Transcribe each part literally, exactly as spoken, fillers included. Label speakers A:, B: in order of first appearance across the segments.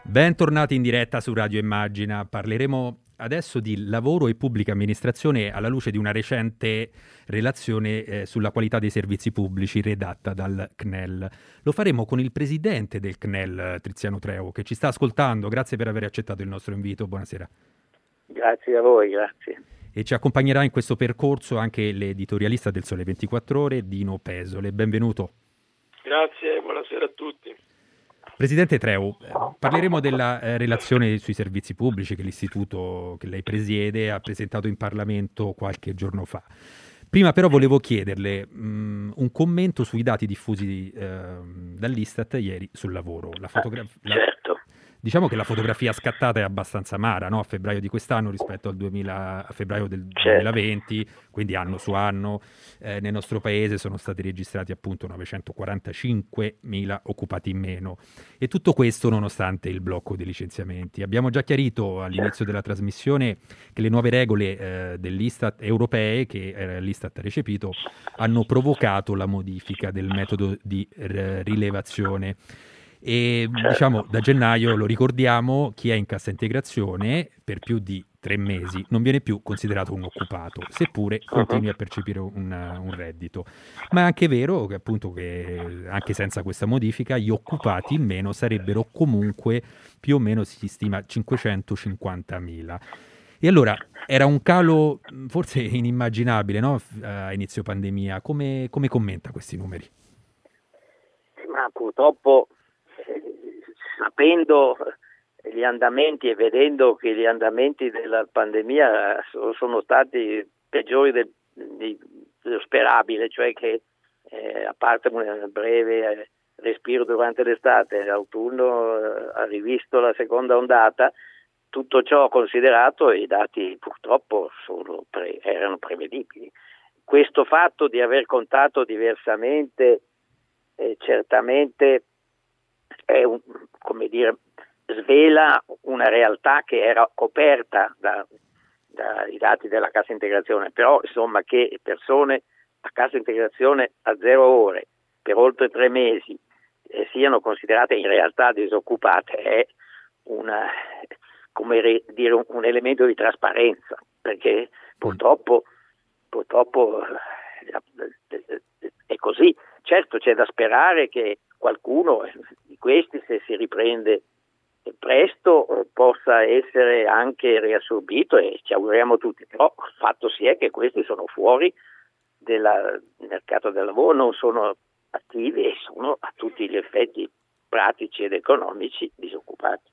A: Bentornati in diretta su Radio Immagina. Parleremo adesso di lavoro e pubblica amministrazione alla luce di una recente relazione eh, sulla qualità dei servizi pubblici redatta dal C N E L. Lo faremo con il presidente del C N E L, Tiziano Treu, che ci sta ascoltando. Grazie per aver accettato il nostro invito. Buonasera.
B: Grazie a voi, grazie.
A: E ci accompagnerà in questo percorso anche l'editorialista del Sole ventiquattro Ore, Dino Pesole. Benvenuto.
C: Grazie, buonasera a tutti.
A: Presidente Treu, parleremo della eh, relazione sui servizi pubblici che l'istituto che lei presiede ha presentato in Parlamento qualche giorno fa. Prima però volevo chiederle mh, un commento sui dati diffusi eh, dall'Istat ieri sul lavoro. La fotografia,
B: ah, certo.
A: Diciamo che la fotografia scattata è abbastanza amara, no? A febbraio di quest'anno rispetto al duemila, a febbraio del
B: certo.
A: duemilaventi, quindi anno su anno, eh, nel nostro paese sono stati registrati appunto novecentoquarantacinquemila occupati in meno. E tutto questo nonostante il blocco dei licenziamenti. Abbiamo già chiarito all'inizio certo. della trasmissione che le nuove regole eh, dell'Istat europee, che eh, l'Istat ha recepito, hanno provocato la modifica del metodo di r- rilevazione. E diciamo da gennaio, lo ricordiamo, chi è in cassa integrazione per più di tre mesi non viene più considerato un occupato, seppure continui a percepire un, un reddito. Ma è anche vero che appunto che anche senza questa modifica gli occupati in meno sarebbero comunque più o meno, si stima, cinquecentocinquantamila. E allora era un calo forse inimmaginabile, no? A inizio pandemia. Come, come commenta questi numeri?
B: Ma purtroppo sapendo gli andamenti e vedendo che gli andamenti della pandemia sono stati peggiori del, dello sperabile, cioè che eh, a parte un breve respiro durante l'estate, l'autunno eh, ha rivisto la seconda ondata, tutto ciò considerato i dati purtroppo sono pre, erano prevedibili. Questo fatto di aver contato diversamente eh, certamente è un, come dire, svela una realtà che era coperta da, dai dati della cassa integrazione, però insomma che persone a cassa integrazione a zero ore per oltre tre mesi eh, siano considerate in realtà disoccupate è una, come re, dire, un, un elemento di trasparenza, perché purtroppo, purtroppo è così. Certo c'è da sperare che qualcuno di questi, se si riprende presto, possa essere anche riassorbito e ci auguriamo tutti, però il fatto sia che questi sono fuori del mercato del lavoro, non sono attivi e sono a tutti gli effetti pratici ed economici disoccupati.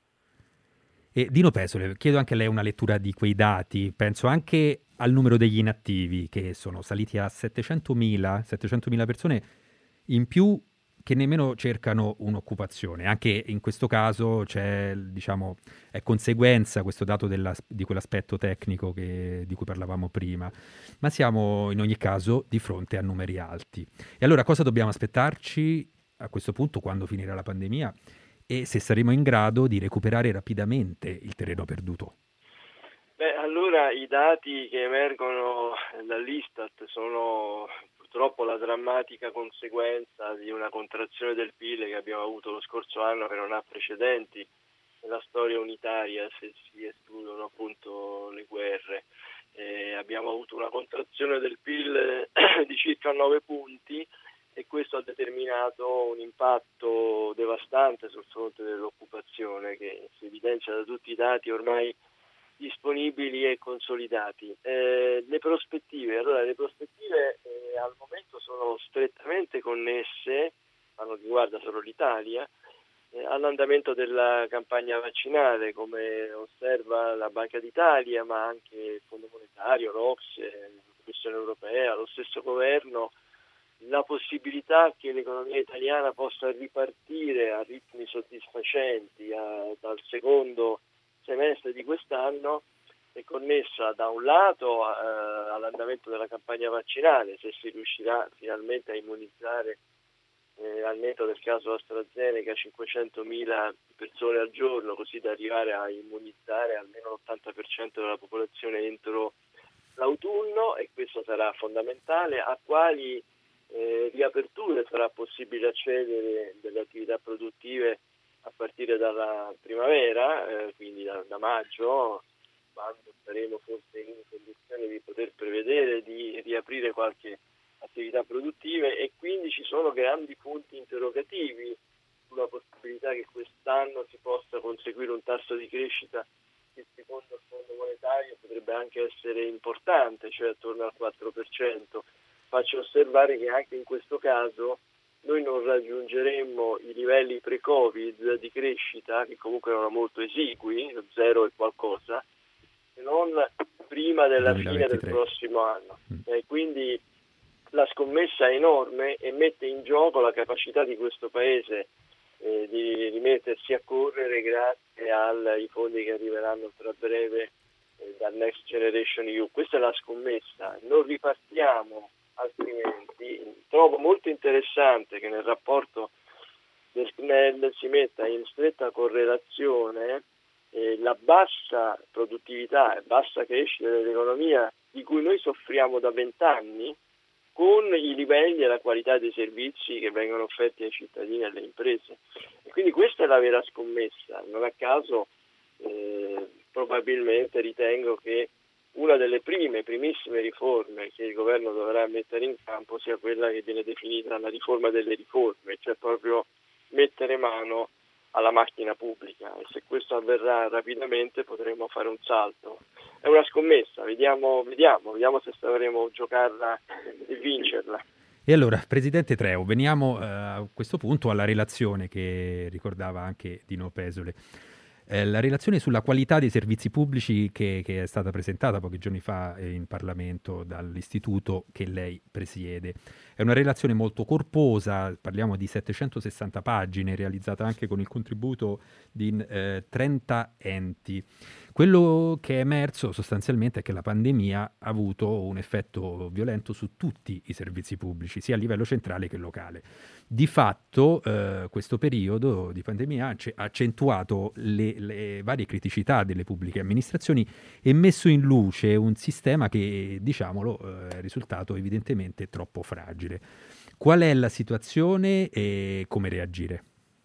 A: E Dino Pesole, chiedo anche a lei una lettura di quei dati, penso anche al numero degli inattivi che sono saliti a settecentomila persone in più che nemmeno cercano un'occupazione. Anche in questo caso c'è, diciamo, è conseguenza questo dato della, di quell'aspetto tecnico che, di cui parlavamo prima, ma siamo in ogni caso di fronte a numeri alti. E allora cosa dobbiamo aspettarci a questo punto quando finirà la pandemia e se saremo in grado di recuperare rapidamente il terreno perduto?
C: Beh, allora i dati che emergono dall'Istat sono purtroppo la drammatica conseguenza di una contrazione del P I L che abbiamo avuto lo scorso anno, che non ha precedenti nella storia unitaria se si escludono appunto le guerre. Eh, abbiamo avuto una contrazione del P I L di circa nove punti e questo ha determinato un impatto devastante sul fronte dell'occupazione che si evidenzia da tutti i dati ormai disponibili e consolidati. Eh, le prospettive, allora le prospettive eh, al momento sono strettamente connesse, ma non riguarda solo l'Italia, eh, all'andamento della campagna vaccinale, come osserva la Banca d'Italia, ma anche il Fondo Monetario, l'Ocse, la Commissione Europea, lo stesso governo, la possibilità che l'economia italiana possa ripartire a ritmi soddisfacenti a, dal secondo semestre di quest'anno è connessa da un lato eh, all'andamento della campagna vaccinale, se si riuscirà finalmente a immunizzare eh, al netto del caso AstraZeneca cinquecentomila persone al giorno, così da arrivare a immunizzare almeno l'ottanta per cento della popolazione entro l'autunno, e questo sarà fondamentale. A quali eh, riaperture sarà possibile accedere delle attività produttive a partire dalla primavera, eh, quindi da, da maggio, quando saremo forse in condizione di poter prevedere di riaprire qualche attività produttive, e quindi ci sono grandi punti interrogativi sulla possibilità che quest'anno si possa conseguire un tasso di crescita che secondo il Fondo Monetario potrebbe anche essere importante, cioè attorno al quattro per cento. Faccio osservare che anche in questo caso noi non raggiungeremmo i livelli pre-Covid di crescita, che comunque erano molto esigui, zero e qualcosa, se non prima della fine del prossimo anno. E quindi la scommessa è enorme e mette in gioco la capacità di questo Paese eh, di rimettersi a correre grazie ai fondi che arriveranno tra breve eh, dal Next Generation E U. Questa è la scommessa. Non ripartiamo altrimenti. Trovo molto interessante che nel rapporto del C N E L si metta in stretta correlazione eh, la bassa produttività e bassa crescita dell'economia di cui noi soffriamo da vent'anni con i livelli e la qualità dei servizi che vengono offerti ai cittadini e alle imprese. E quindi questa è la vera scommessa. Non a caso eh, probabilmente ritengo che una delle prime, primissime riforme che il governo dovrà mettere in campo sia quella che viene definita la riforma delle riforme, cioè proprio mettere mano alla macchina pubblica, e se questo avverrà rapidamente potremo fare un salto. È una scommessa, vediamo, vediamo, vediamo se sapremo giocarla e vincerla.
A: E allora, Presidente Treu, veniamo eh, a questo punto alla relazione che ricordava anche Dino Pesole. Eh, la relazione sulla qualità dei servizi pubblici che, che è stata presentata pochi giorni fa in Parlamento dall'istituto che lei presiede. È una relazione molto corposa, parliamo di settecentosessanta pagine, realizzata anche con il contributo di eh, trenta enti. Quello che è emerso sostanzialmente è che la pandemia ha avuto un effetto violento su tutti i servizi pubblici, sia a livello centrale che locale. Di fatto eh, questo periodo di pandemia ha accentuato le, le varie criticità delle pubbliche amministrazioni e messo in luce un sistema che, diciamolo, è risultato evidentemente troppo fragile. Qual è la situazione e come reagire?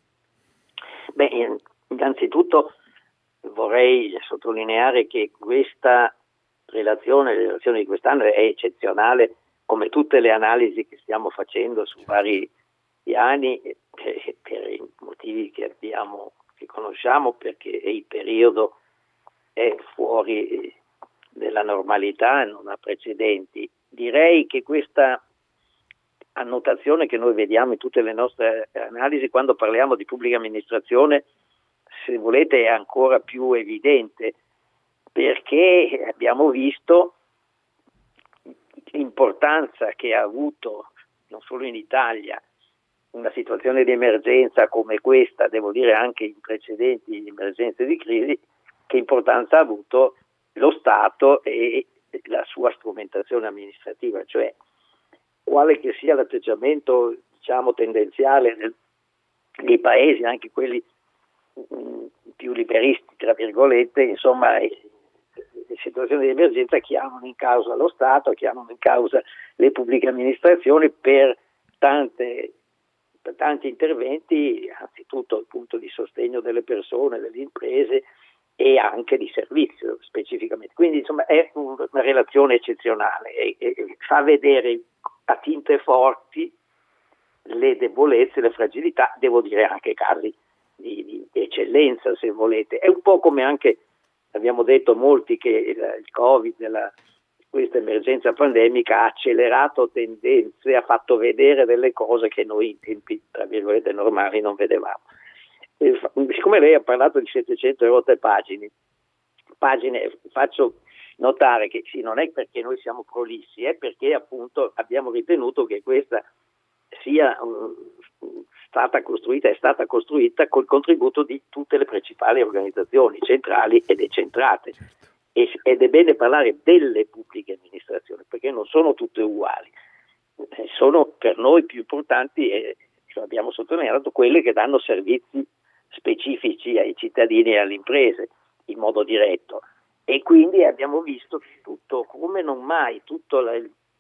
B: Beh, innanzitutto vorrei sottolineare che questa relazione, la relazione di quest'anno è eccezionale, come tutte le analisi che stiamo facendo su vari piani, per, per i motivi che abbiamo, che conosciamo, perché il periodo è fuori della normalità, non ha precedenti. Direi che questa annotazione che noi vediamo in tutte le nostre analisi quando parliamo di pubblica amministrazione, se volete, è ancora più evidente, perché abbiamo visto l'importanza che ha avuto non solo in Italia una situazione di emergenza come questa, devo dire anche in precedenti emergenze di crisi, che importanza ha avuto lo Stato e la sua strumentazione amministrativa, cioè quale che sia l'atteggiamento, diciamo, tendenziale del, dei paesi, anche quelli mh, più liberisti, tra virgolette, insomma, le situazioni di emergenza chiamano in causa lo Stato, chiamano in causa le pubbliche amministrazioni per tante per tanti interventi, anzitutto dal punto di sostegno delle persone, delle imprese e anche di servizio specificamente. Quindi insomma è una relazione eccezionale e, e fa vedere a tinte forti le debolezze, le fragilità, devo dire anche casi di, di eccellenza, se volete. È un po' come anche abbiamo detto molti che il, il Covid, la, questa emergenza pandemica ha accelerato tendenze, ha fatto vedere delle cose che noi in tempi, tra virgolette, normali non vedevamo. E, siccome lei ha parlato di settecento pagine, pagine, faccio notare che sì, non è perché noi siamo prolissi, è perché appunto abbiamo ritenuto che questa sia um, stata costruita, è stata costruita col contributo di tutte le principali organizzazioni centrali e decentrate. Ed è bene parlare delle pubbliche amministrazioni perché non sono tutte uguali, sono per noi più importanti, e lo abbiamo sottolineato, quelle che danno servizi specifici ai cittadini e alle imprese in modo diretto, e quindi abbiamo visto tutto come non mai tutto la,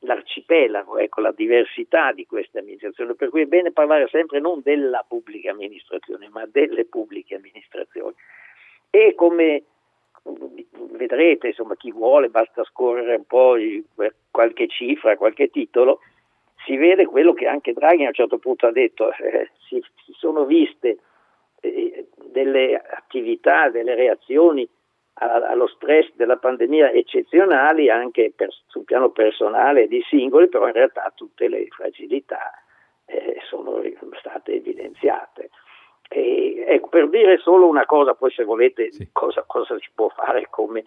B: l'arcipelago, ecco, la diversità di queste amministrazioni, per cui è bene parlare sempre non della pubblica amministrazione, ma delle pubbliche amministrazioni. E come vedrete, insomma, chi vuole basta scorrere un po' qualche cifra, qualche titolo, si vede quello che anche Draghi a un certo punto ha detto, eh, si, si sono viste eh, delle attività, delle reazioni a, allo stress della pandemia eccezionali anche per, sul piano personale di singoli, però in realtà tutte le fragilità eh, sono state evidenziate. E, ecco, per dire solo una cosa, poi se volete sì. cosa, cosa si può fare, come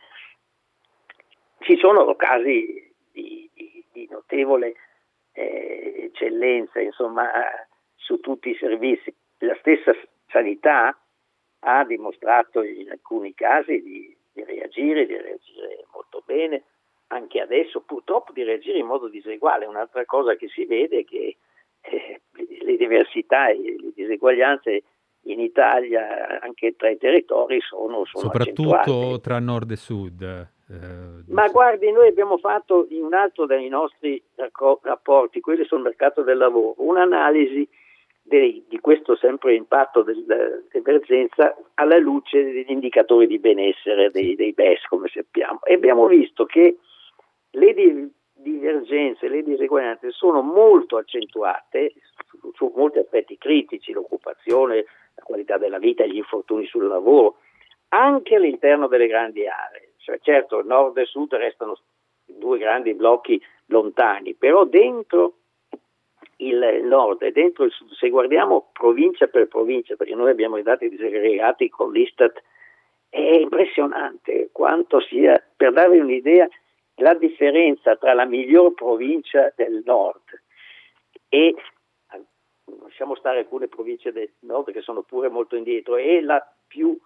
B: ci sono casi di, di, di notevole eh, eccellenza, insomma, su tutti i servizi. La stessa sanità ha dimostrato in alcuni casi di, di reagire, di reagire molto bene, anche adesso purtroppo di reagire in modo diseguale. Un'altra cosa che si vede è che eh, le diversità e le diseguaglianze in Italia anche tra i territori sono, sono
A: soprattutto
B: accentuate.
A: Tra nord e sud. Eh,
B: Ma guardi, noi abbiamo fatto in un altro dei nostri rapporti, quelli sul mercato del lavoro, un'analisi dei, di questo sempre impatto del, dell'emergenza alla luce degli indicatori di benessere dei, dei B E S, come sappiamo, e abbiamo visto che le di, divergenze, le diseguaglianze sono molto accentuate su, su molti aspetti critici, l'occupazione, la qualità della vita, gli infortuni sul lavoro, anche all'interno delle grandi aree. Cioè, certo, nord e sud restano due grandi blocchi lontani, però dentro il nord e dentro il sud, se guardiamo provincia per provincia, perché noi abbiamo i dati disaggregati con l'Istat, è impressionante quanto sia, per darvi un'idea, la differenza tra la miglior provincia del nord e, lasciamo stare alcune province del nord che sono pure molto indietro, e la più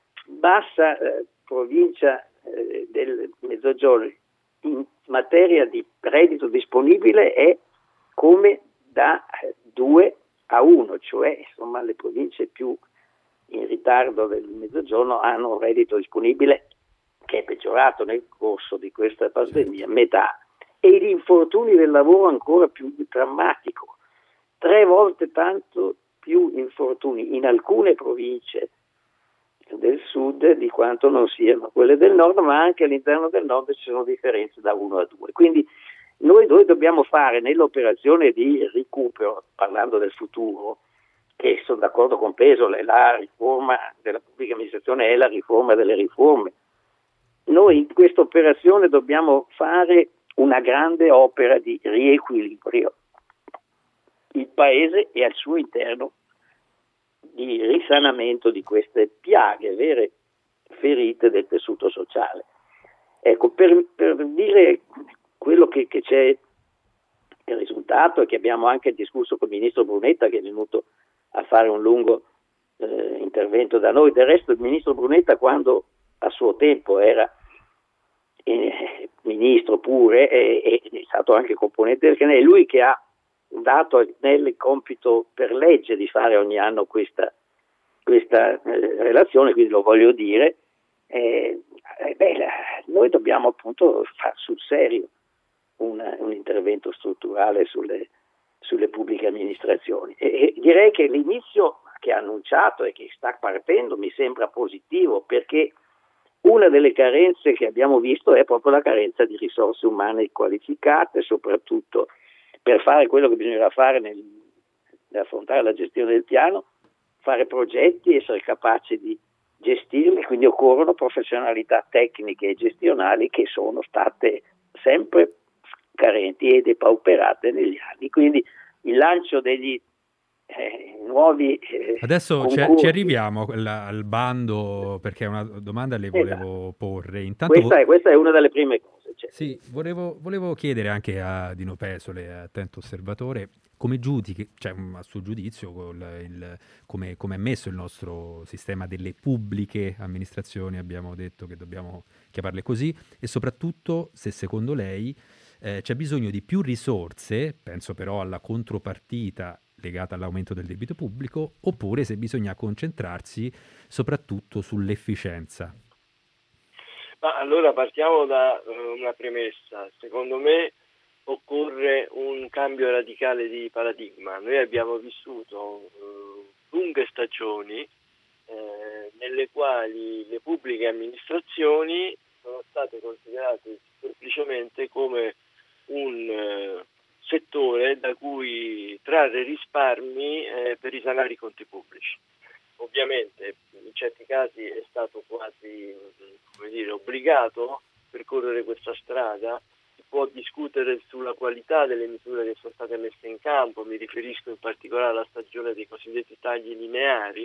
B: bassa eh, provincia eh, del mezzogiorno in materia di reddito disponibile è come da due a uno, cioè insomma le province più in ritardo del mezzogiorno hanno un reddito disponibile che è peggiorato nel corso di questa pandemia, metà, e gli infortuni del lavoro ancora più drammatico, tre volte tanto più infortuni in alcune province del sud di quanto non siano quelle del nord, ma anche all'interno del nord ci sono differenze da uno a due. Quindi noi, noi dobbiamo fare nell'operazione di recupero, parlando del futuro, che sono d'accordo con Pesole, la riforma della pubblica amministrazione è la riforma delle riforme. Noi in questa operazione dobbiamo fare una grande opera di riequilibrio. Il Paese è al suo interno di risanamento di queste piaghe, vere ferite del tessuto sociale. Ecco, per, per dire quello che, che c'è il risultato, e che abbiamo anche discusso con il ministro Brunetta, che è venuto a fare un lungo eh, intervento da noi. Del resto il ministro Brunetta, quando a suo tempo era eh, ministro pure, e è stato anche componente del C N E, è lui che ha dato nel compito per legge di fare ogni anno questa, questa eh, relazione, quindi lo voglio dire. Eh, eh, beh, noi dobbiamo appunto fare sul serio un, un intervento strutturale sulle, sulle pubbliche amministrazioni, e, e direi che l'inizio che ha annunciato e che sta partendo mi sembra positivo, perché una delle carenze che abbiamo visto è proprio la carenza di risorse umane qualificate, soprattutto per fare quello che bisognerà fare nel, nell'affrontare la gestione del piano, fare progetti, essere capaci di gestirli, quindi occorrono professionalità tecniche e gestionali che sono state sempre carenti e depauperate negli anni. Quindi il lancio degli eh, nuovi eh,
A: adesso ci, ci arriviamo alla, al bando, perché una domanda le volevo esatto. porre. Intanto
B: questa, è, questa è una delle prime cose. Certo.
A: Sì, volevo, volevo chiedere anche a Dino Pesole, attento osservatore, come giudichi, cioè a suo giudizio, il, il, come, come è messo il nostro sistema delle pubbliche amministrazioni. Abbiamo detto che dobbiamo chiamarle così, e soprattutto se secondo lei eh, c'è bisogno di più risorse, penso però alla contropartita legata all'aumento del debito pubblico, oppure se bisogna concentrarsi soprattutto sull'efficienza.
C: Ma allora partiamo da uh, una premessa. Secondo me occorre un cambio radicale di paradigma. Noi abbiamo vissuto eh, lunghe stagioni eh, nelle quali le pubbliche amministrazioni sono state considerate semplicemente come un eh, settore da cui trarre risparmi eh, per risanare i conti pubblici. Ovviamente in certi casi è stato quasi, come dire, obbligato a percorrere questa strada. Si può discutere sulla qualità delle misure che sono state messe in campo, mi riferisco in particolare alla stagione dei cosiddetti tagli lineari,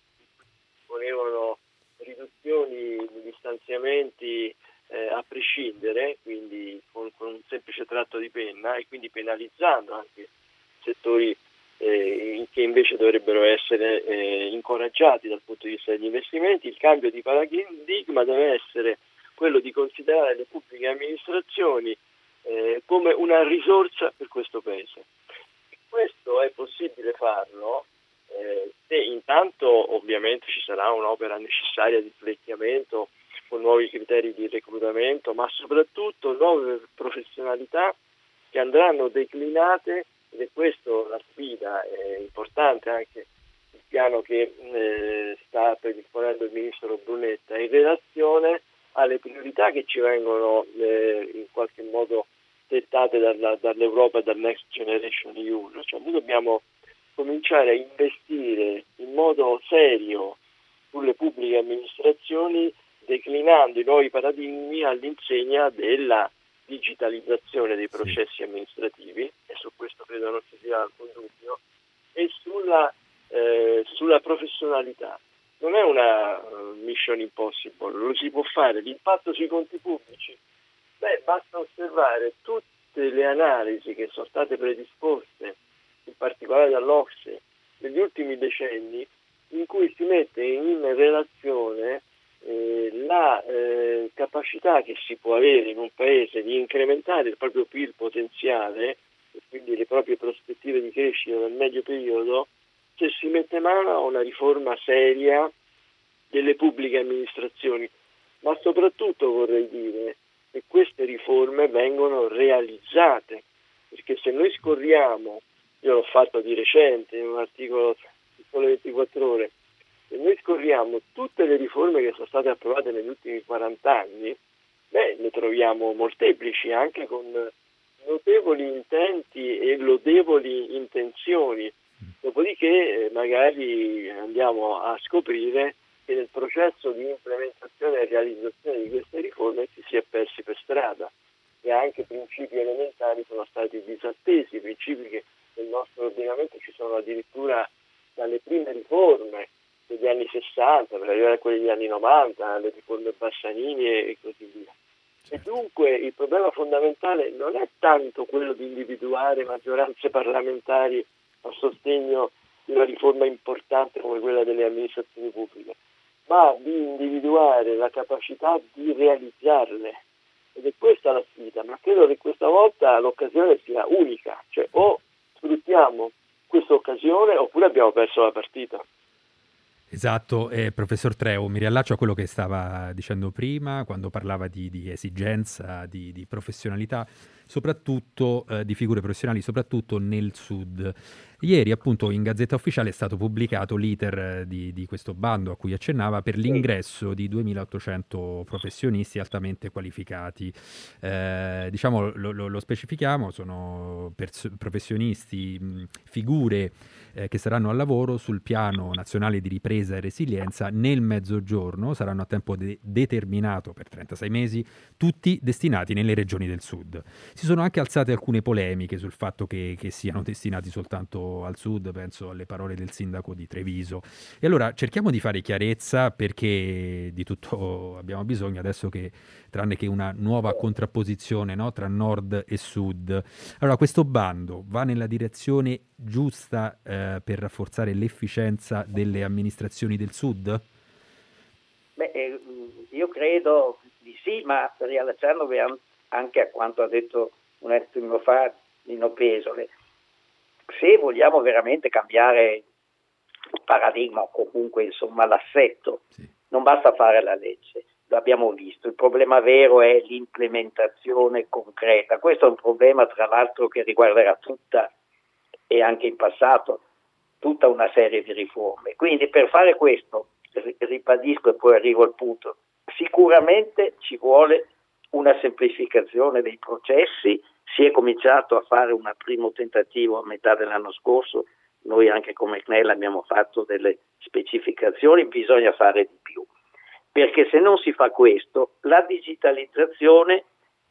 C: che ponevano riduzioni degli stanziamenti eh, a prescindere, quindi con, con un semplice tratto di penna, e quindi penalizzando anche settori eh, che invece dovrebbero essere eh, incoraggiati dal punto di vista degli investimenti. Il cambio di paradigma deve essere quello di considerare le pubbliche amministrazioni eh, come una risorsa per questo Paese. Questo è possibile farlo eh, se intanto ovviamente ci sarà un'opera necessaria di svecchiamento con nuovi criteri di reclutamento, ma soprattutto nuove professionalità che andranno declinate, ed è questa la sfida è importante, anche il piano che eh, sta predisponendo il ministro Brunetta in relazione alle priorità che ci vengono eh, in qualche modo dettate dalla, dall'Europa e dal Next Generation E U. Cioè, noi dobbiamo cominciare a investire in modo serio sulle pubbliche amministrazioni, declinando i nuovi paradigmi all'insegna della digitalizzazione dei processi sì. amministrativi, e su questo credo non ci sia alcun dubbio, e sulla, eh, sulla professionalità. Non è una uh, mission impossible, lo si può fare. L'impatto sui conti pubblici? Beh, basta osservare tutte le analisi che sono state predisposte, in particolare dall'Ocse, negli ultimi decenni, in cui si mette in relazione eh, la eh, capacità che si può avere in un paese di incrementare il proprio P I L potenziale, e quindi le proprie prospettive di crescita nel medio periodo, se si mette mano a una riforma seria delle pubbliche amministrazioni. Ma soprattutto vorrei dire che queste riforme vengono realizzate, perché se noi scorriamo, io l'ho fatto di recente in un articolo di Sole ventiquattro Ore, se noi scorriamo tutte le riforme che sono state approvate negli ultimi quaranta anni, beh, le troviamo molteplici, anche con notevoli intenti e lodevoli intenzioni. Dopodiché eh, magari andiamo a scoprire che nel processo di implementazione e realizzazione di queste riforme ci si è persi per strada, e anche principi elementari sono stati disattesi, principi che nel nostro ordinamento ci sono addirittura dalle prime riforme degli anni sessanta per arrivare a quelle degli anni novanta, le riforme Bassanini e così via. E dunque il problema fondamentale non è tanto quello di individuare maggioranze parlamentari a sostegno di una riforma importante come quella delle amministrazioni pubbliche, ma di individuare la capacità di realizzarle. Ed è questa la sfida, ma credo che questa volta l'occasione sia unica, cioè o sfruttiamo questa occasione oppure abbiamo perso la partita.
A: Esatto, eh, professor Treu, mi riallaccio a quello che stava dicendo prima, quando parlava di, di esigenza, di, di professionalità, soprattutto eh, di figure professionali, soprattutto nel Sud. Ieri appunto in Gazzetta Ufficiale è stato pubblicato l'iter di, di questo bando a cui accennava per l'ingresso di duemilaottocento professionisti altamente qualificati. Eh, diciamo, lo, lo, lo specifichiamo, sono pers- professionisti, mh, figure eh, che saranno al lavoro sul piano nazionale di ripresa e resilienza nel mezzogiorno, saranno a tempo de- determinato per trentasei mesi, tutti destinati nelle regioni del Sud. Si sono anche alzate alcune polemiche sul fatto che, che siano destinati soltanto al Sud, penso alle parole del sindaco di Treviso. E allora cerchiamo di fare chiarezza, perché di tutto abbiamo bisogno adesso, che tranne che una nuova contrapposizione, no, tra Nord e Sud. Allora, questo bando va nella direzione giusta eh, per rafforzare l'efficienza delle amministrazioni del Sud?
B: Beh, eh, io credo di sì, ma riallacciandomi anche a quanto ha detto un attimo fa Nino Pesole, se vogliamo veramente cambiare il paradigma o comunque insomma l'assetto, sì. Non basta fare la legge, l'abbiamo visto. Il problema vero è l'implementazione concreta. Questo è un problema, tra l'altro, che riguarderà tutta, e anche in passato, tutta una serie di riforme. Quindi per fare questo, ribadisco e poi arrivo al punto, sicuramente ci vuole una semplificazione dei processi. Si è cominciato a fare un primo tentativo a metà dell'anno scorso, noi anche come C N E L abbiamo fatto delle specificazioni, bisogna fare di più, perché se non si fa questo, la digitalizzazione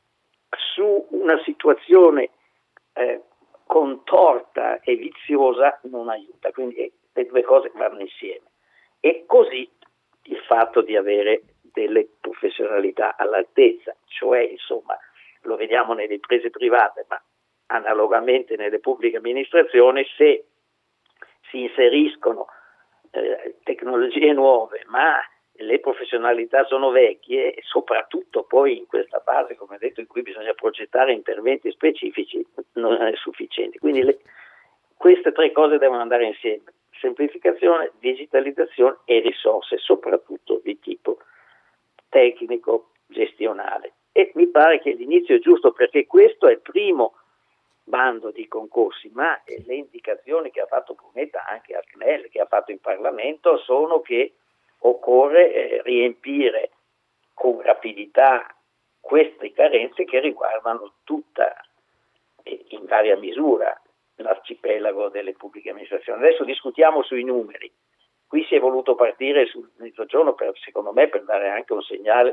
B: su una situazione eh, contorta e viziosa non aiuta, quindi le due cose vanno insieme. E così il fatto di avere delle professionalità all'altezza, cioè insomma lo vediamo nelle imprese private, ma analogamente nelle pubbliche amministrazioni, se si inseriscono eh, tecnologie nuove, ma le professionalità sono vecchie, e soprattutto poi in questa fase, come detto, in cui bisogna progettare interventi specifici, non è sufficiente. Quindi le, queste tre cose devono andare insieme: semplificazione, digitalizzazione e risorse, soprattutto di tipo tecnico, gestionale. E mi pare che l'inizio è giusto, perché questo è il primo bando di concorsi, ma le indicazioni che ha fatto Brunetta anche al C N E L, che ha fatto in Parlamento, sono che occorre eh, riempire con rapidità queste carenze che riguardano tutta, eh, in varia misura, l'arcipelago delle pubbliche amministrazioni. Adesso discutiamo sui numeri. Qui si è voluto partire sul mezzogiorno, per, secondo me, per dare anche un segnale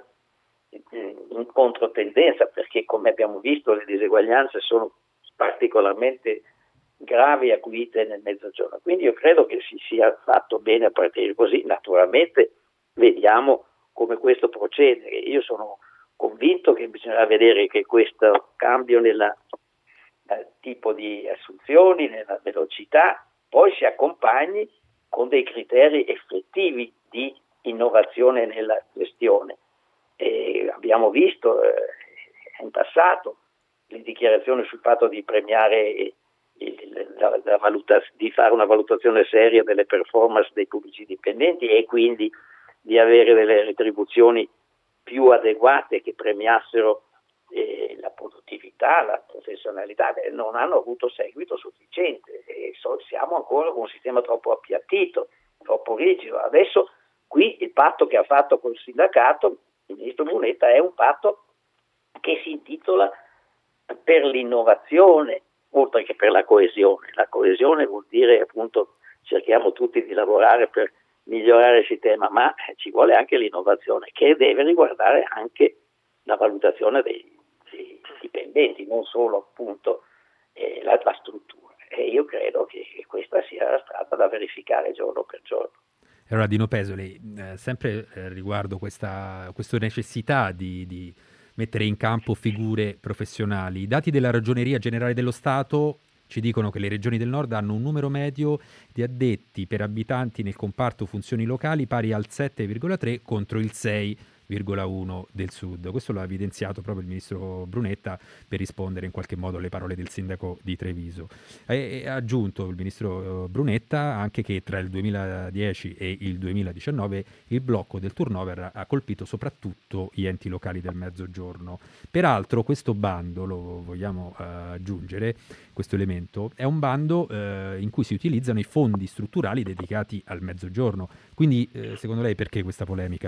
B: in controtendenza, perché come abbiamo visto le diseguaglianze sono particolarmente gravi acuite nel mezzogiorno. Quindi io credo che si sia fatto bene a partire così. Naturalmente vediamo come questo procede. Io sono convinto che bisognerà vedere che questo cambio nel eh, tipo di assunzioni, nella velocità, poi si accompagni con dei criteri effettivi di innovazione nella gestione. E abbiamo visto eh, in passato le dichiarazioni sul fatto di premiare il, la, la valuta, di fare una valutazione seria delle performance dei pubblici dipendenti e quindi di avere delle retribuzioni più adeguate che premiassero eh, la produttività, la professionalità. Beh, non hanno avuto seguito sufficiente e so, siamo ancora con un sistema troppo appiattito, troppo rigido. Adesso qui il patto che ha fatto col sindacato il ministro Brunetta è un patto che si intitola per l'innovazione oltre che per la coesione. La coesione vuol dire appunto cerchiamo tutti di lavorare per migliorare il sistema, ma ci vuole anche l'innovazione che deve riguardare anche la valutazione dei, dei dipendenti, non solo appunto eh, la, la struttura. E io credo che questa sia la strada da verificare giorno per giorno.
A: Allora Dino Pesoli, eh, sempre eh, riguardo questa, questa necessità di, di mettere in campo figure professionali, i dati della Ragioneria Generale dello Stato ci dicono che le regioni del nord hanno un numero medio di addetti per abitanti nel comparto funzioni locali pari al sette virgola tre contro il sei virgola uno del sud. Questo lo ha evidenziato proprio il ministro Brunetta per rispondere in qualche modo alle parole del sindaco di Treviso. E ha aggiunto il ministro Brunetta anche che tra il duemiladieci e il duemiladiciannove il blocco del turnover ha colpito soprattutto gli enti locali del Mezzogiorno. Peraltro questo bando, lo vogliamo uh, aggiungere, questo elemento, è un bando uh, in cui si utilizzano i fondi strutturali dedicati al Mezzogiorno. Quindi uh, secondo lei perché questa polemica?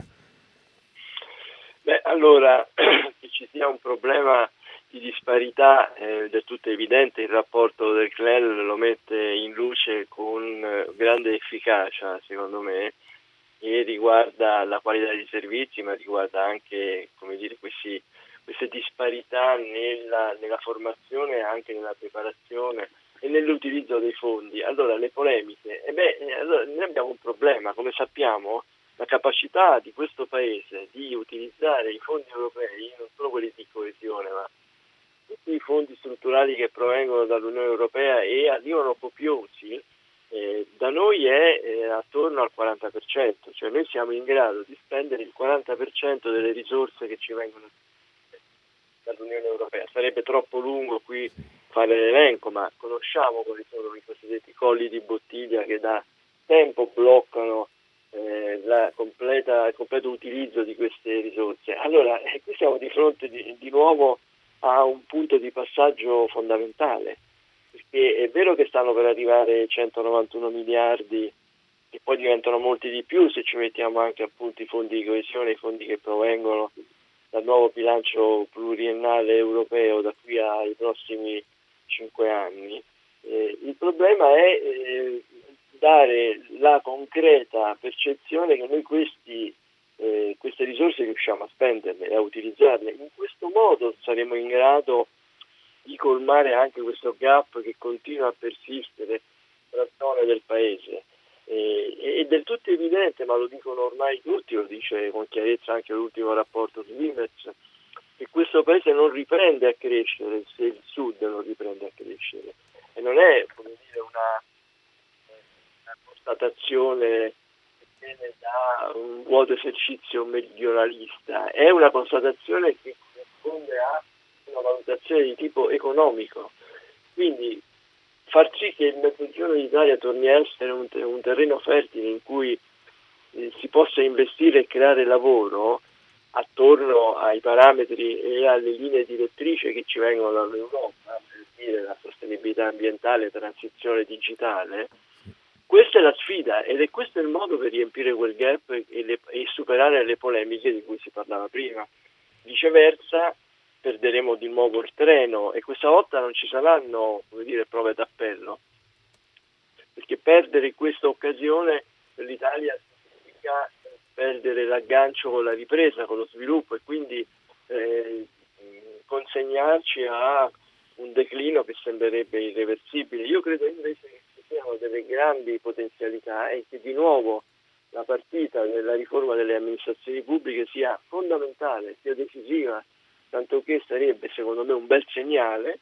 C: Beh, allora, che ci sia un problema di disparità è del tutto evidente. Il rapporto del C N E L lo mette in luce con grande efficacia, secondo me, e riguarda la qualità dei servizi, ma riguarda anche, come dire, questi, queste disparità nella, nella formazione e anche nella preparazione e nell'utilizzo dei fondi. Allora, le polemiche, e beh, allora, noi abbiamo un problema, come sappiamo. La capacità di questo Paese di utilizzare i fondi europei, non solo quelli di coesione, ma tutti i fondi strutturali che provengono dall'Unione Europea e arrivano copiosi, eh, da noi è eh, attorno al quaranta per cento, cioè noi siamo in grado di spendere il quaranta per cento delle risorse che ci vengono dall'Unione Europea. Sarebbe troppo lungo qui fare l'elenco, ma conosciamo quali sono i cosiddetti colli di bottiglia che da tempo bloccano eh, la completa, il completo utilizzo di queste risorse. Allora, eh, qui siamo di fronte di, di nuovo a un punto di passaggio fondamentale, perché è vero che stanno per arrivare centonovantuno miliardi, che poi diventano molti di più se ci mettiamo anche appunto i fondi di coesione, i fondi che provengono dal nuovo bilancio pluriennale europeo da qui ai prossimi cinque anni. Eh, il problema è eh, dare la concreta percezione che noi questi, eh, queste risorse riusciamo a spenderle e a utilizzarle. In questo modo saremo in grado di colmare anche questo gap che continua a persistere tra zone del paese. Eh, è del tutto evidente, ma lo dicono ormai tutti, lo dice con chiarezza anche l'ultimo rapporto dell'Imez, che questo paese non riprende a crescere se il sud non riprende a crescere. E non è, come dire, una, una constatazione che viene da un vuoto esercizio meridionalista, è una constatazione che corrisponde a una valutazione di tipo economico. Quindi far sì che il Mezzogiorno d'Italia torni a essere un, un terreno fertile in cui eh, si possa investire e creare lavoro attorno ai parametri e alle linee direttrici che ci vengono dall'Europa, per dire la sostenibilità ambientale, transizione digitale. Questa è la sfida ed è questo il modo per riempire quel gap e, le, e superare le polemiche di cui si parlava prima. Viceversa, perderemo di nuovo il treno e questa volta non ci saranno, come dire, prove d'appello, perché perdere questa occasione per l'Italia significa perdere l'aggancio con la ripresa, con lo sviluppo e quindi eh, consegnarci a un declino che sembrerebbe irreversibile. Io credo invece che ci siano delle grandi potenzialità e che di nuovo la partita della riforma delle amministrazioni pubbliche sia fondamentale, sia decisiva, tanto che sarebbe secondo me un bel segnale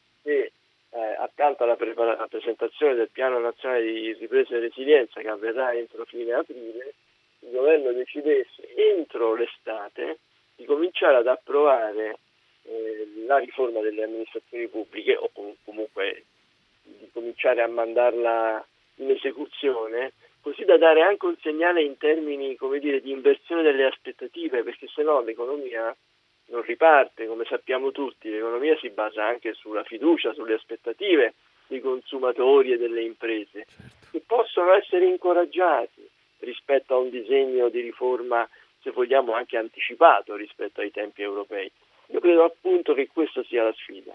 C: se eh, accanto alla, prepara- alla presentazione del piano nazionale di ripresa e resilienza che avverrà entro fine aprile, il governo decidesse entro l'estate di cominciare ad approvare eh, la riforma delle amministrazioni pubbliche o com- comunque di cominciare a mandarla in esecuzione, così da dare anche un segnale in termini, come dire, di inversione delle aspettative, perché sennò l'economia non riparte. Come sappiamo tutti, l'economia si basa anche sulla fiducia, sulle aspettative dei consumatori e delle imprese, che possono essere incoraggiati rispetto a un disegno di riforma, se vogliamo, anche anticipato rispetto ai tempi europei. Io credo appunto che questa sia la sfida.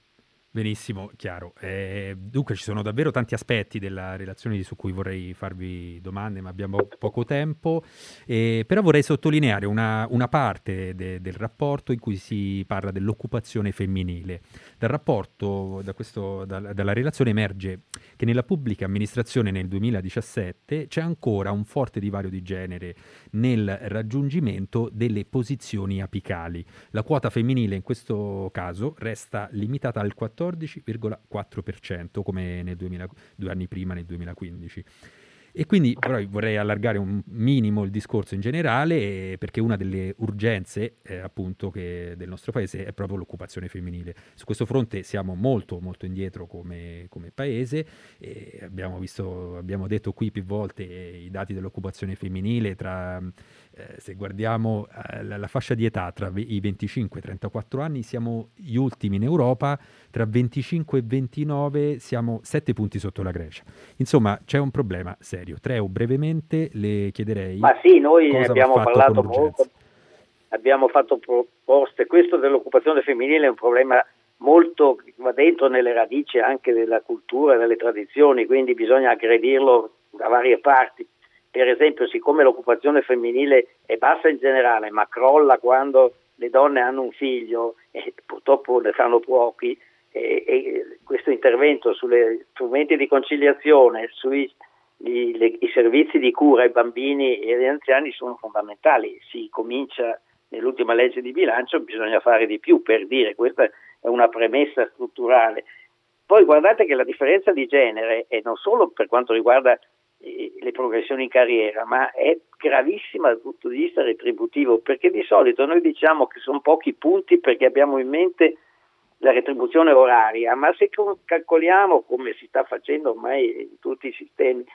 A: Benissimo, chiaro. Eh, dunque ci sono davvero tanti aspetti della relazione su cui vorrei farvi domande, ma abbiamo poco tempo. Eh, però vorrei sottolineare una, una parte de, del rapporto in cui si parla dell'occupazione femminile. Dal rapporto, da questo, da, dalla relazione emerge che nella pubblica amministrazione nel duemiladiciassette c'è ancora un forte divario di genere nel raggiungimento delle posizioni apicali. La quota femminile in questo caso resta limitata al quattordici virgola quattro per cento come nel duemila, due anni prima, nel duemilaquindici. E quindi però vorrei allargare un minimo il discorso in generale, eh, perché una delle urgenze eh, appunto che del nostro paese è proprio l'occupazione femminile. Su questo fronte siamo molto molto indietro come, come paese, e abbiamo visto, abbiamo detto qui più volte eh, i dati dell'occupazione femminile tra eh, se guardiamo eh, la, la fascia di età tra i venticinque e i trentaquattro anni siamo gli ultimi in Europa, tra venticinque e ventinove siamo sette punti sotto la Grecia. Insomma, c'è un problema serio. Treo, brevemente le chiederei.
B: Ma sì, noi
A: cosa
B: abbiamo
A: va fatto
B: parlato
A: con
B: molto,
A: urgenza.
B: abbiamo fatto proposte. Questo dell'occupazione femminile è un problema molto che va dentro nelle radici anche della cultura e delle tradizioni, quindi bisogna aggredirlo da varie parti. Per esempio, siccome l'occupazione femminile è bassa in generale, ma crolla quando le donne hanno un figlio e purtroppo ne fanno pochi, e, e questo intervento sulle strumenti di conciliazione, sui I, le, i servizi di cura ai bambini e agli anziani sono fondamentali. Si comincia nell'ultima legge di bilancio, bisogna fare di più, per dire, questa è una premessa strutturale. Poi guardate che la differenza di genere è non solo per quanto riguarda eh, le progressioni in carriera, ma è gravissima dal punto di vista retributivo, perché di solito noi diciamo che sono pochi punti perché abbiamo in mente la retribuzione oraria, ma se calcoliamo, come si sta facendo ormai in tutti i sistemi,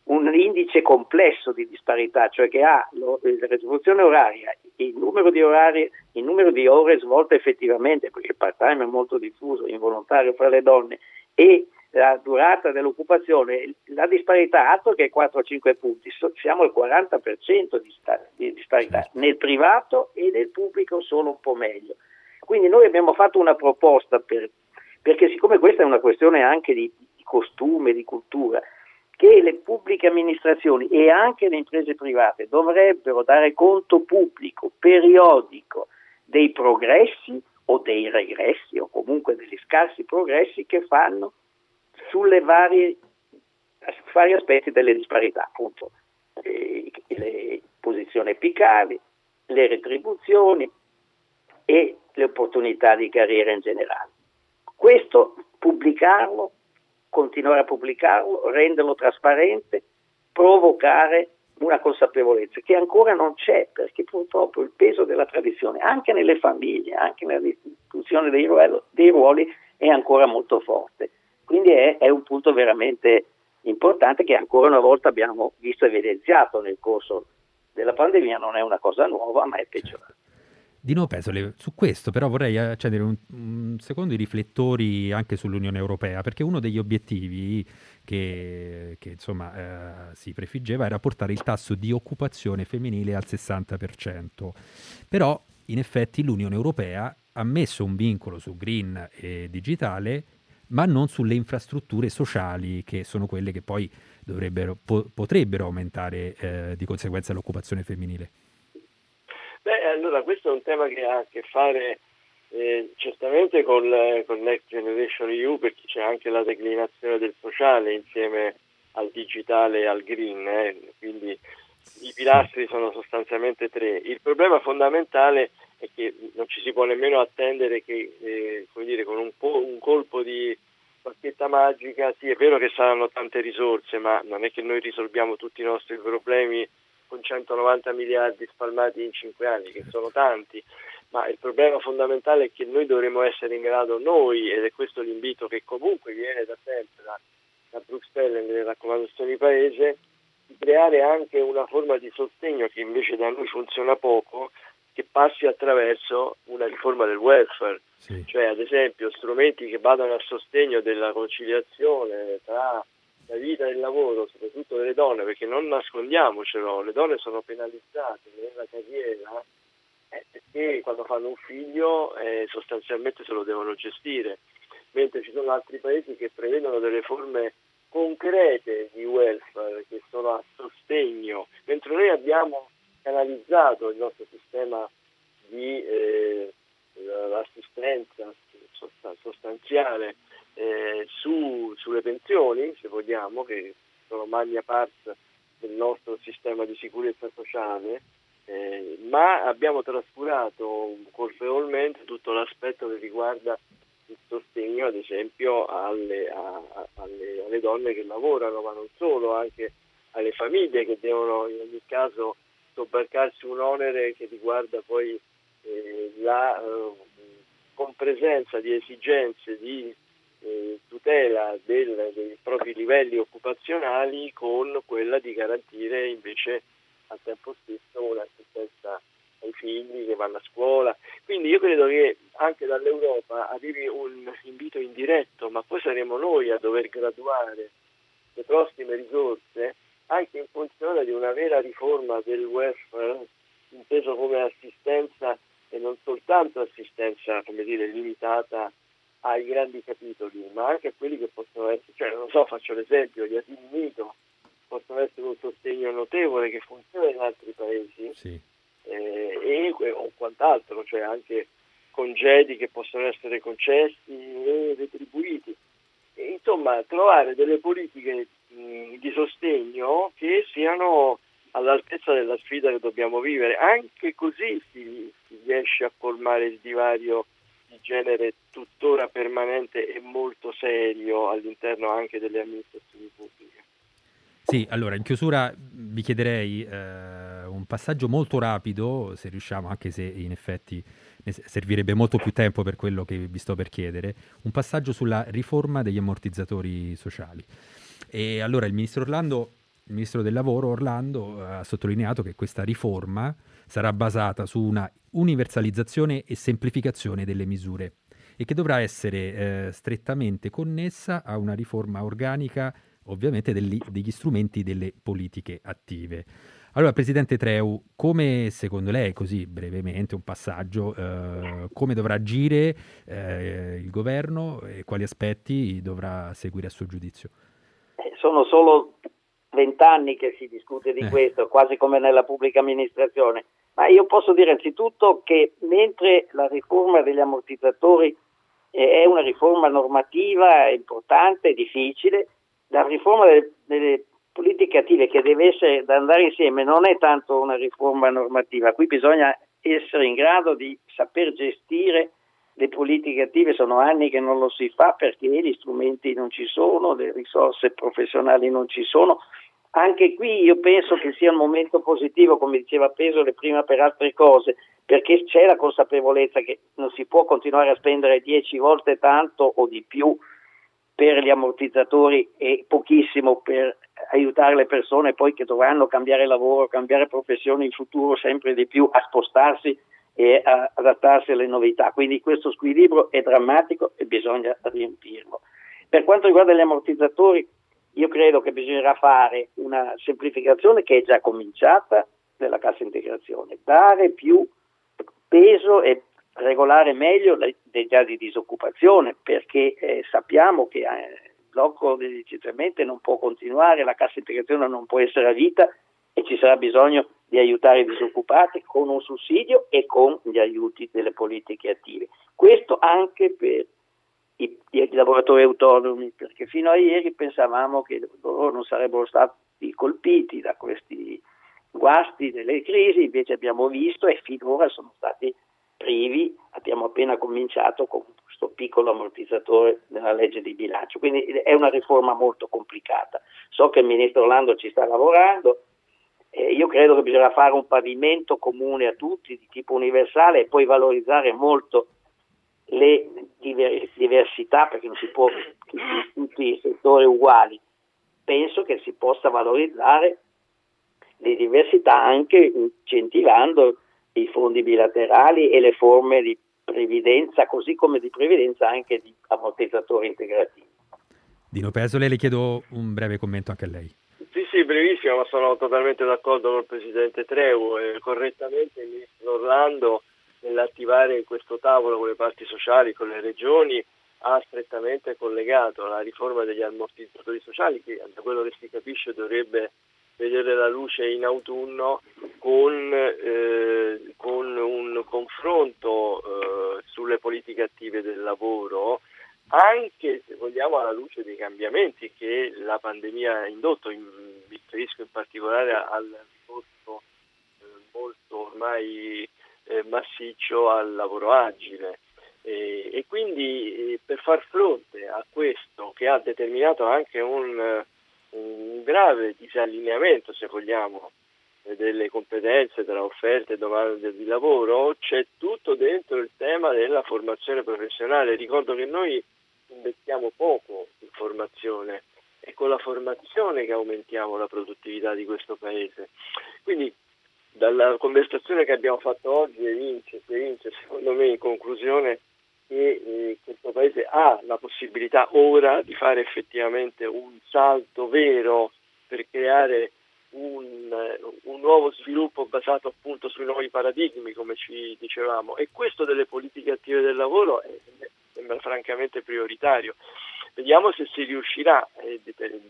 B: un indice complesso di disparità, cioè che ha lo, la retribuzione oraria, il numero di orari, il numero di ore svolte effettivamente, perché il part-time è molto diffuso, involontario fra le donne, e la durata dell'occupazione, la disparità altro che quattro cinque punti, siamo al quaranta per cento di, sta, di disparità, certo. Nel privato e nel pubblico solo un po' meglio. Quindi noi abbiamo fatto una proposta, per, perché siccome questa è una questione anche di, di costume, di cultura, che le pubbliche amministrazioni e anche le imprese private dovrebbero dare conto pubblico, periodico, dei progressi o dei regressi o comunque degli scarsi progressi che fanno sulle varie vari aspetti delle disparità, appunto, eh, le posizioni apicali, le retribuzioni e le opportunità di carriera in generale. Questo pubblicarlo, continuare a pubblicarlo, renderlo trasparente, provocare una consapevolezza che ancora non c'è, perché purtroppo il peso della tradizione, anche nelle famiglie, anche nella distribuzione dei ruoli, dei ruoli è ancora molto forte. Quindi è, è un punto veramente importante che ancora una volta abbiamo visto evidenziato nel corso della pandemia, non è una cosa nuova, ma è peggiorata.
A: Dino Pesole, su questo però vorrei accendere un, un secondo i riflettori anche sull'Unione Europea, perché uno degli obiettivi che, che insomma eh, si prefiggeva era portare il tasso di occupazione femminile al sessanta per cento. Però in effetti l'Unione Europea ha messo un vincolo su green e digitale, ma non sulle infrastrutture sociali, che sono quelle che poi dovrebbero, po- potrebbero aumentare eh, di conseguenza l'occupazione femminile.
C: Beh, allora questo è un tema che ha a che fare eh, certamente con, con Next Generation E U, perché c'è anche la declinazione del sociale insieme al digitale e al green, eh, quindi i pilastri sono sostanzialmente tre. Il problema fondamentale è che non ci si può nemmeno attendere che eh, come dire, con un, po', un colpo di bacchetta magica, sì è vero che saranno tante risorse, ma non è che noi risolviamo tutti i nostri problemi con centonovanta miliardi spalmati in cinque anni, che sono tanti, ma il problema fondamentale è che noi dovremo essere in grado noi, ed è questo l'invito che comunque viene da sempre da, da Bruxelles nelle raccomandazioni paese, di creare anche una forma di sostegno che invece da noi funziona poco, che passi attraverso una riforma del welfare, sì. Cioè ad esempio strumenti che vadano a sostegno della conciliazione tra la vita e il lavoro, soprattutto delle donne, perché non nascondiamocelo, le donne sono penalizzate nella carriera eh, perché quando fanno un figlio eh, sostanzialmente se lo devono gestire, mentre ci sono altri paesi che prevedono delle forme concrete di welfare che sono a sostegno, mentre noi abbiamo canalizzato il nostro sistema di eh, l'assistenza sostanziale eh, su, sulle pensioni, se vogliamo, che sono magna parte del nostro sistema di sicurezza sociale, eh, ma abbiamo trascurato colpevolmente tutto l'aspetto che riguarda il sostegno, ad esempio, alle, a, alle, alle donne che lavorano, ma non solo, anche alle famiglie che devono in ogni caso sobbarcarsi un onere che riguarda poi eh, la eh, compresenza di esigenze di eh, tutela del, dei propri livelli occupazionali con quella di garantire invece al tempo stesso un'assistenza ai figli che vanno a scuola. Quindi io credo che anche dall'Europa arrivi un invito indiretto, ma poi saremo noi a dover graduare le prossime risorse anche in funzione di una vera riforma del welfare, inteso come assistenza e non soltanto assistenza, come dire, limitata ai grandi capitoli, ma anche a quelli che possono essere, cioè non so, faccio l'esempio, gli asili nido possono essere un sostegno notevole che funziona in altri paesi, sì. eh, e o quant'altro, cioè anche congedi che possono essere concessi e retribuiti. E, insomma, trovare delle politiche mh, di sostegno che siano all'altezza della sfida che dobbiamo vivere. Anche così si, si riesce a colmare il divario di genere tuttora permanente e molto serio all'interno anche delle amministrazioni pubbliche.
A: Sì, allora in chiusura vi chiederei eh, un passaggio molto rapido, se riusciamo, anche se in effetti servirebbe molto più tempo per quello che vi sto per chiedere, un passaggio sulla riforma degli ammortizzatori sociali. E allora il ministro Orlando il ministro del lavoro Orlando ha sottolineato che questa riforma sarà basata su una universalizzazione e semplificazione delle misure e che dovrà essere eh, strettamente connessa a una riforma organica, ovviamente, degli, degli strumenti delle politiche attive. Allora, Presidente Treu, come secondo lei, così brevemente, un passaggio, eh, come dovrà agire eh, il governo e quali aspetti dovrà seguire a suo giudizio?
B: Sono solo vent'anni che si discute di
A: Eh.
B: questo, quasi come nella pubblica amministrazione, ma io posso dire anzitutto che mentre la riforma degli ammortizzatori è una riforma normativa importante, difficile, la riforma delle, delle politiche attive, che deve essere da andare insieme, non è tanto una riforma normativa. Qui bisogna essere in grado di saper gestire le politiche attive. Sono anni che non lo si fa perché gli strumenti non ci sono, le risorse professionali non ci sono. Anche qui io penso che sia un momento positivo, come diceva Pesole prima, per altre cose, perché c'è la consapevolezza che non si può continuare a spendere dieci volte tanto o di più per gli ammortizzatori e pochissimo per aiutare le persone poi che dovranno cambiare lavoro, cambiare professione in futuro sempre di più, a spostarsi e a adattarsi alle novità. Quindi questo squilibrio è drammatico e bisogna riempirlo. Per quanto riguarda gli ammortizzatori, io credo che bisognerà fare una semplificazione che è già cominciata nella cassa integrazione, dare più peso e regolare meglio dei già di disoccupazione, perché eh, sappiamo che eh, il blocco dei licenziamenti non può continuare, la cassa integrazione non può essere a vita e ci sarà bisogno di aiutare i disoccupati con un sussidio e con gli aiuti delle politiche attive. Questo anche per i, i lavoratori autonomi, perché fino a ieri pensavamo che loro non sarebbero stati colpiti da questi guasti delle crisi, invece abbiamo visto e finora sono stati privi. Abbiamo appena cominciato con questo piccolo ammortizzatore nella legge di bilancio, quindi è una riforma molto complicata. So che il ministro Orlando ci sta lavorando, eh, io credo che bisogna fare un pavimento comune a tutti di tipo universale e poi valorizzare molto le diversità, perché non si può in tutti i settori uguali. Penso che si possa valorizzare le diversità anche incentivando i fondi bilaterali e le forme di previdenza, così come di previdenza anche di ammortizzatori integrativi.
A: Dino Pesole, le chiedo un breve commento anche a lei.
C: Sì, sì, brevissimo, ma sono totalmente d'accordo con il Presidente Treu. Eh, correttamente il Ministro Orlando, nell'attivare questo tavolo con le parti sociali, con le regioni, ha strettamente collegato la riforma degli ammortizzatori sociali, che da quello che si capisce dovrebbe vedere la luce in autunno, con, eh, con un confronto eh, sulle politiche attive del lavoro, anche se vogliamo alla luce dei cambiamenti che la pandemia ha indotto. In, mi riferisco in particolare al ricorso eh, molto ormai eh, massiccio al lavoro agile. E, e quindi eh, per far fronte a questo, che ha determinato anche un un grave disallineamento, se vogliamo, delle competenze tra offerta e domanda di lavoro, c'è tutto dentro il tema della formazione professionale. Ricordo che noi investiamo poco in formazione, è con la formazione che aumentiamo la produttività di questo paese. Quindi dalla conversazione che abbiamo fatto oggi evince, evince secondo me, in conclusione, che eh, questo Paese ha la possibilità ora di fare effettivamente un salto vero per creare un, un nuovo sviluppo basato appunto sui nuovi paradigmi, come ci dicevamo, e questo delle politiche attive del lavoro è, sembra francamente prioritario. Vediamo se si riuscirà, e dipende,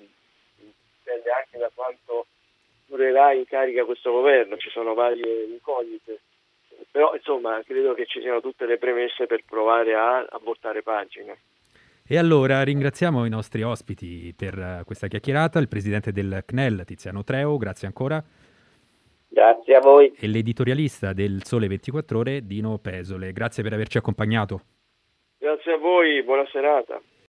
C: dipende anche da quanto durerà in carica questo governo, ci sono varie incognite. Però insomma credo che ci siano tutte le premesse per provare a, a voltare pagina.
A: E allora ringraziamo i nostri ospiti per questa chiacchierata, il presidente del C N E L Tiziano Treu, grazie ancora.
B: Grazie a voi.
A: E l'editorialista del Sole ventiquattro Ore Dino Pesole, grazie per averci accompagnato.
C: Grazie a voi, buona serata.